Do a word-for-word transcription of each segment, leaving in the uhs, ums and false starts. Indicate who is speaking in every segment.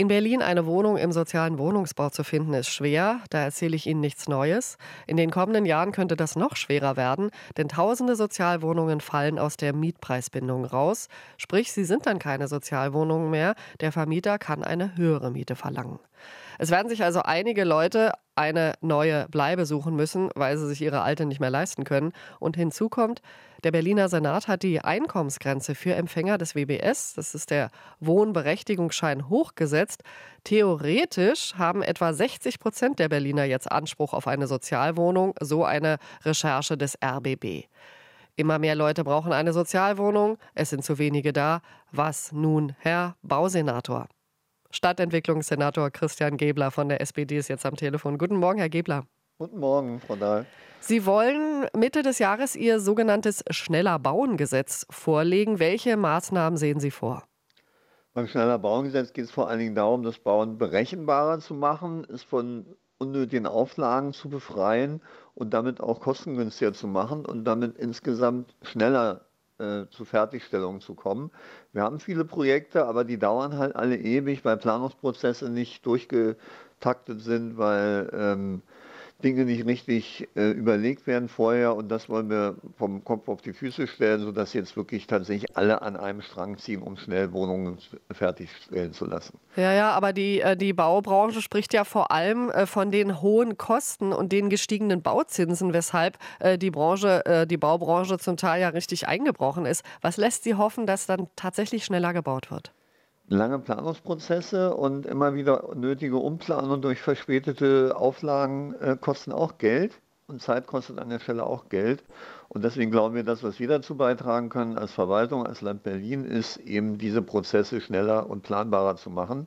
Speaker 1: In Berlin eine Wohnung im sozialen Wohnungsbau zu finden, ist schwer. Da erzähle ich Ihnen nichts Neues. In den kommenden Jahren könnte das noch schwerer werden, denn tausende Sozialwohnungen fallen aus der Mietpreisbindung raus. Sprich, sie sind dann keine Sozialwohnungen mehr. Der Vermieter kann eine höhere Miete verlangen. Es werden sich also einige Leute eine neue Bleibe suchen müssen, weil sie sich ihre alte nicht mehr leisten können. Und hinzu kommt, der Berliner Senat hat die Einkommensgrenze für Empfänger des W B S, das ist der Wohnberechtigungsschein, hochgesetzt. Theoretisch haben etwa sechzig Prozent der Berliner jetzt Anspruch auf eine Sozialwohnung, so eine Recherche des R B B. Immer mehr Leute brauchen eine Sozialwohnung, es sind zu wenige da. Was nun, Herr Bausenator? Stadtentwicklungssenator Christian Gebler von der S P D ist jetzt am Telefon. Guten Morgen, Herr Gebler.
Speaker 2: Guten Morgen, Frau Dahl.
Speaker 1: Sie wollen Mitte des Jahres Ihr sogenanntes Schneller-Bauen-Gesetz vorlegen. Welche Maßnahmen sehen Sie vor?
Speaker 2: Beim Schneller-Bauen-Gesetz geht es vor allen Dingen darum, das Bauen berechenbarer zu machen, es von unnötigen Auflagen zu befreien und damit auch kostengünstiger zu machen und damit insgesamt schneller äh, zu Fertigstellungen zu kommen. Wir haben viele Projekte, aber die dauern halt alle ewig, weil Planungsprozesse nicht durchgetaktet sind, weil ähm, Dinge nicht richtig äh, überlegt werden vorher, und das wollen wir vom Kopf auf die Füße stellen, sodass jetzt wirklich tatsächlich alle an einem Strang ziehen, um schnell Wohnungen fertigstellen zu lassen.
Speaker 1: Ja, ja, aber die, äh, die Baubranche spricht ja vor allem äh, von den hohen Kosten und den gestiegenen Bauzinsen, weshalb äh, die Branche, äh, die Baubranche zum Teil ja richtig eingebrochen ist. Was lässt Sie hoffen, dass dann tatsächlich schneller gebaut wird?
Speaker 2: Lange Planungsprozesse und immer wieder nötige Umplanung durch verspätete Auflagen äh, kosten auch Geld, und Zeit kostet an der Stelle auch Geld. Und deswegen glauben wir, dass was wir dazu beitragen können als Verwaltung, als Land Berlin, ist eben diese Prozesse schneller und planbarer zu machen.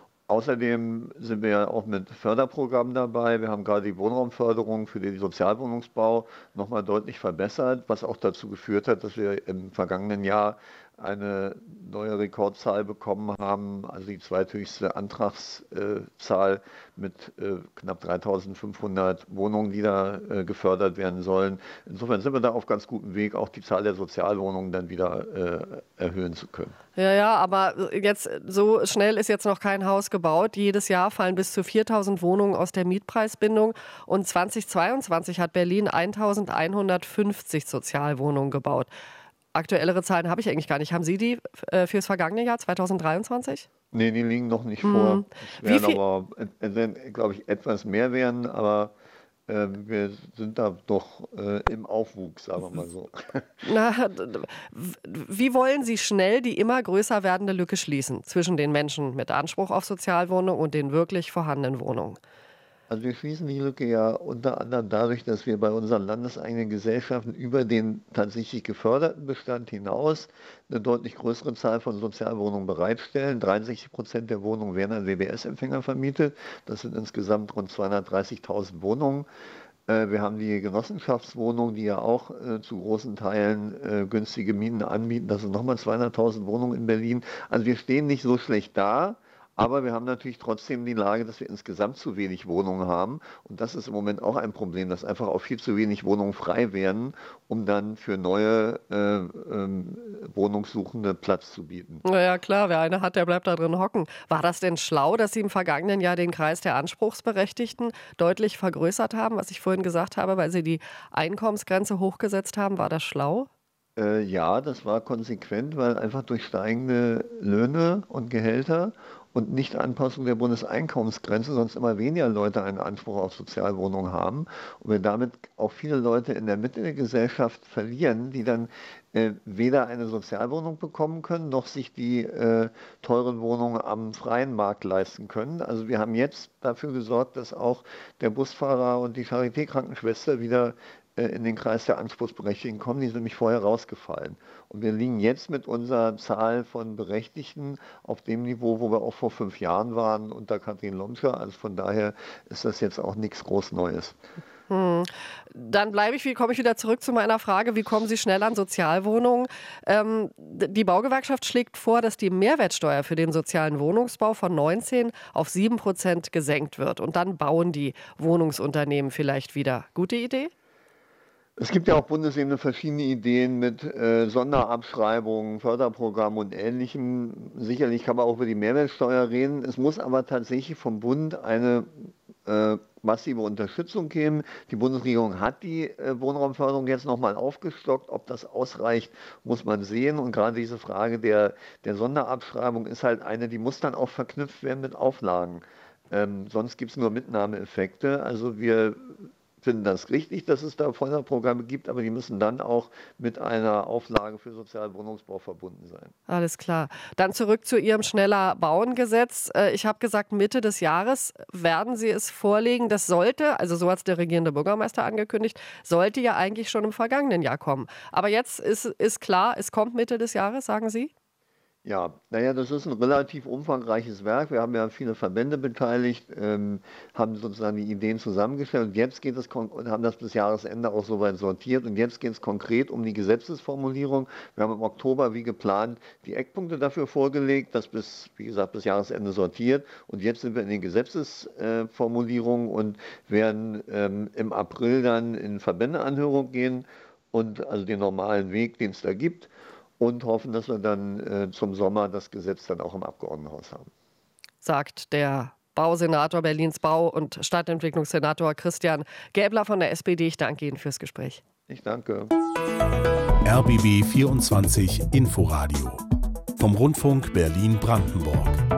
Speaker 2: Außerdem sind wir ja auch mit Förderprogrammen dabei. Wir haben gerade die Wohnraumförderung für den Sozialwohnungsbau nochmal deutlich verbessert, was auch dazu geführt hat, dass wir im vergangenen Jahr eine neue Rekordzahl bekommen haben, also die zweithöchste Antragszahl mit äh, knapp dreitausendfünfhundert Wohnungen, die da äh, gefördert werden sollen. Insofern sind wir da auf ganz gutem Weg, auch die Zahl der Sozialwohnungen dann wieder äh, erhöhen zu können.
Speaker 1: Ja, ja, aber jetzt so schnell ist jetzt noch kein Haus gebaut. Jedes Jahr fallen bis zu viertausend Wohnungen aus der Mietpreisbindung, und zweitausendzweiundzwanzig hat Berlin eintausendeinhundertfünfzig Sozialwohnungen gebaut. Aktuellere Zahlen habe ich eigentlich gar nicht. Haben Sie die äh, fürs vergangene Jahr zweitausenddreiundzwanzig?
Speaker 2: Nee, die liegen noch nicht
Speaker 1: hm.
Speaker 2: vor. Es werden
Speaker 1: viel...
Speaker 2: aber, äh, glaube ich, etwas mehr werden, aber äh, wir sind da doch äh, im Aufwuchs, sagen wir mal so.
Speaker 1: Na, wie wollen Sie schnell die immer größer werdende Lücke schließen zwischen den Menschen mit Anspruch auf Sozialwohnung und den wirklich vorhandenen Wohnungen?
Speaker 2: Also wir schließen die Lücke ja unter anderem dadurch, dass wir bei unseren landeseigenen Gesellschaften über den tatsächlich geförderten Bestand hinaus eine deutlich größere Zahl von Sozialwohnungen bereitstellen. dreiundsechzig Prozent der Wohnungen werden an W B S-Empfänger vermietet. Das sind insgesamt rund zweihundertdreißigtausend Wohnungen. Wir haben die Genossenschaftswohnungen, die ja auch äh, zu großen Teilen äh, günstige Mieten anbieten. Das sind nochmal zweihunderttausend Wohnungen in Berlin. Also wir stehen nicht so schlecht da. Aber wir haben natürlich trotzdem die Lage, dass wir insgesamt zu wenig Wohnungen haben. Und das ist im Moment auch ein Problem, dass einfach auch viel zu wenig Wohnungen frei werden, um dann für neue äh, ähm, Wohnungssuchende Platz zu bieten.
Speaker 1: Na ja, klar, wer eine hat, der bleibt da drin hocken. War das denn schlau, dass Sie im vergangenen Jahr den Kreis der Anspruchsberechtigten deutlich vergrößert haben, was ich vorhin gesagt habe, weil Sie die Einkommensgrenze hochgesetzt haben? War das schlau?
Speaker 2: Äh, ja, das war konsequent, weil einfach durch steigende Löhne und Gehälter und Nicht-Anpassung der Bundeseinkommensgrenze sonst immer weniger Leute einen Anspruch auf Sozialwohnungen haben und wir damit auch viele Leute in der Mitte der Gesellschaft verlieren, die dann äh, weder eine Sozialwohnung bekommen können, noch sich die äh, teuren Wohnungen am freien Markt leisten können. Also wir haben jetzt dafür gesorgt, dass auch der Busfahrer und die Charité-Krankenschwester wieder in den Kreis der Anspruchsberechtigten kommen, die sind nämlich vorher rausgefallen. Und wir liegen jetzt mit unserer Zahl von Berechtigten auf dem Niveau, wo wir auch vor fünf Jahren waren, unter Katrin Lomscher. Also von daher ist das jetzt auch nichts groß Neues.
Speaker 1: Hm. Dann bleibe ich, wie komme ich wieder zurück zu meiner Frage, wie kommen Sie schnell an Sozialwohnungen? Ähm, die Baugewerkschaft schlägt vor, dass die Mehrwertsteuer für den sozialen Wohnungsbau von neunzehn auf sieben Prozent gesenkt wird. Und dann bauen die Wohnungsunternehmen vielleicht wieder. Gute Idee?
Speaker 2: Es gibt ja auf Bundesebene verschiedene Ideen mit äh, Sonderabschreibungen, Förderprogrammen und Ähnlichem. Sicherlich kann man auch über die Mehrwertsteuer reden. Es muss aber tatsächlich vom Bund eine äh, massive Unterstützung geben. Die Bundesregierung hat die äh, Wohnraumförderung jetzt nochmal aufgestockt. Ob das ausreicht, muss man sehen. Und gerade diese Frage der, der Sonderabschreibung ist halt eine, die muss dann auch verknüpft werden mit Auflagen. Ähm, sonst gibt es nur Mitnahmeeffekte. Also wir finden das richtig, dass es da Förderprogramme gibt, aber die müssen dann auch mit einer Auflage für sozialen Wohnungsbau verbunden sein.
Speaker 1: Alles klar. Dann zurück zu Ihrem Schneller-Bauen-Gesetz. Ich habe gesagt, Mitte des Jahres werden Sie es vorlegen. Das sollte, also so hat es der regierende Bürgermeister angekündigt, sollte ja eigentlich schon im vergangenen Jahr kommen. Aber jetzt ist, ist klar, es kommt Mitte des Jahres, sagen Sie?
Speaker 2: Ja, naja, das ist ein relativ umfangreiches Werk. Wir haben ja viele Verbände beteiligt, ähm, haben sozusagen die Ideen zusammengestellt und jetzt geht es und haben das bis Jahresende auch soweit sortiert und jetzt geht es konkret um die Gesetzesformulierung. Wir haben im Oktober wie geplant die Eckpunkte dafür vorgelegt, das bis, wie gesagt, bis Jahresende sortiert und jetzt sind wir in den Gesetzesformulierungen und werden ähm, im April dann in Verbändeanhörung gehen und also den normalen Weg, den es da gibt. Und hoffen, dass wir dann äh, zum Sommer das Gesetz dann auch im Abgeordnetenhaus haben.
Speaker 1: Sagt der Bausenator Berlins Bau- und Stadtentwicklungssenator Christian Gäbler von der S P D. Ich danke Ihnen fürs Gespräch.
Speaker 2: Ich danke.
Speaker 3: R B B vierundzwanzig Inforadio vom Rundfunk Berlin-Brandenburg.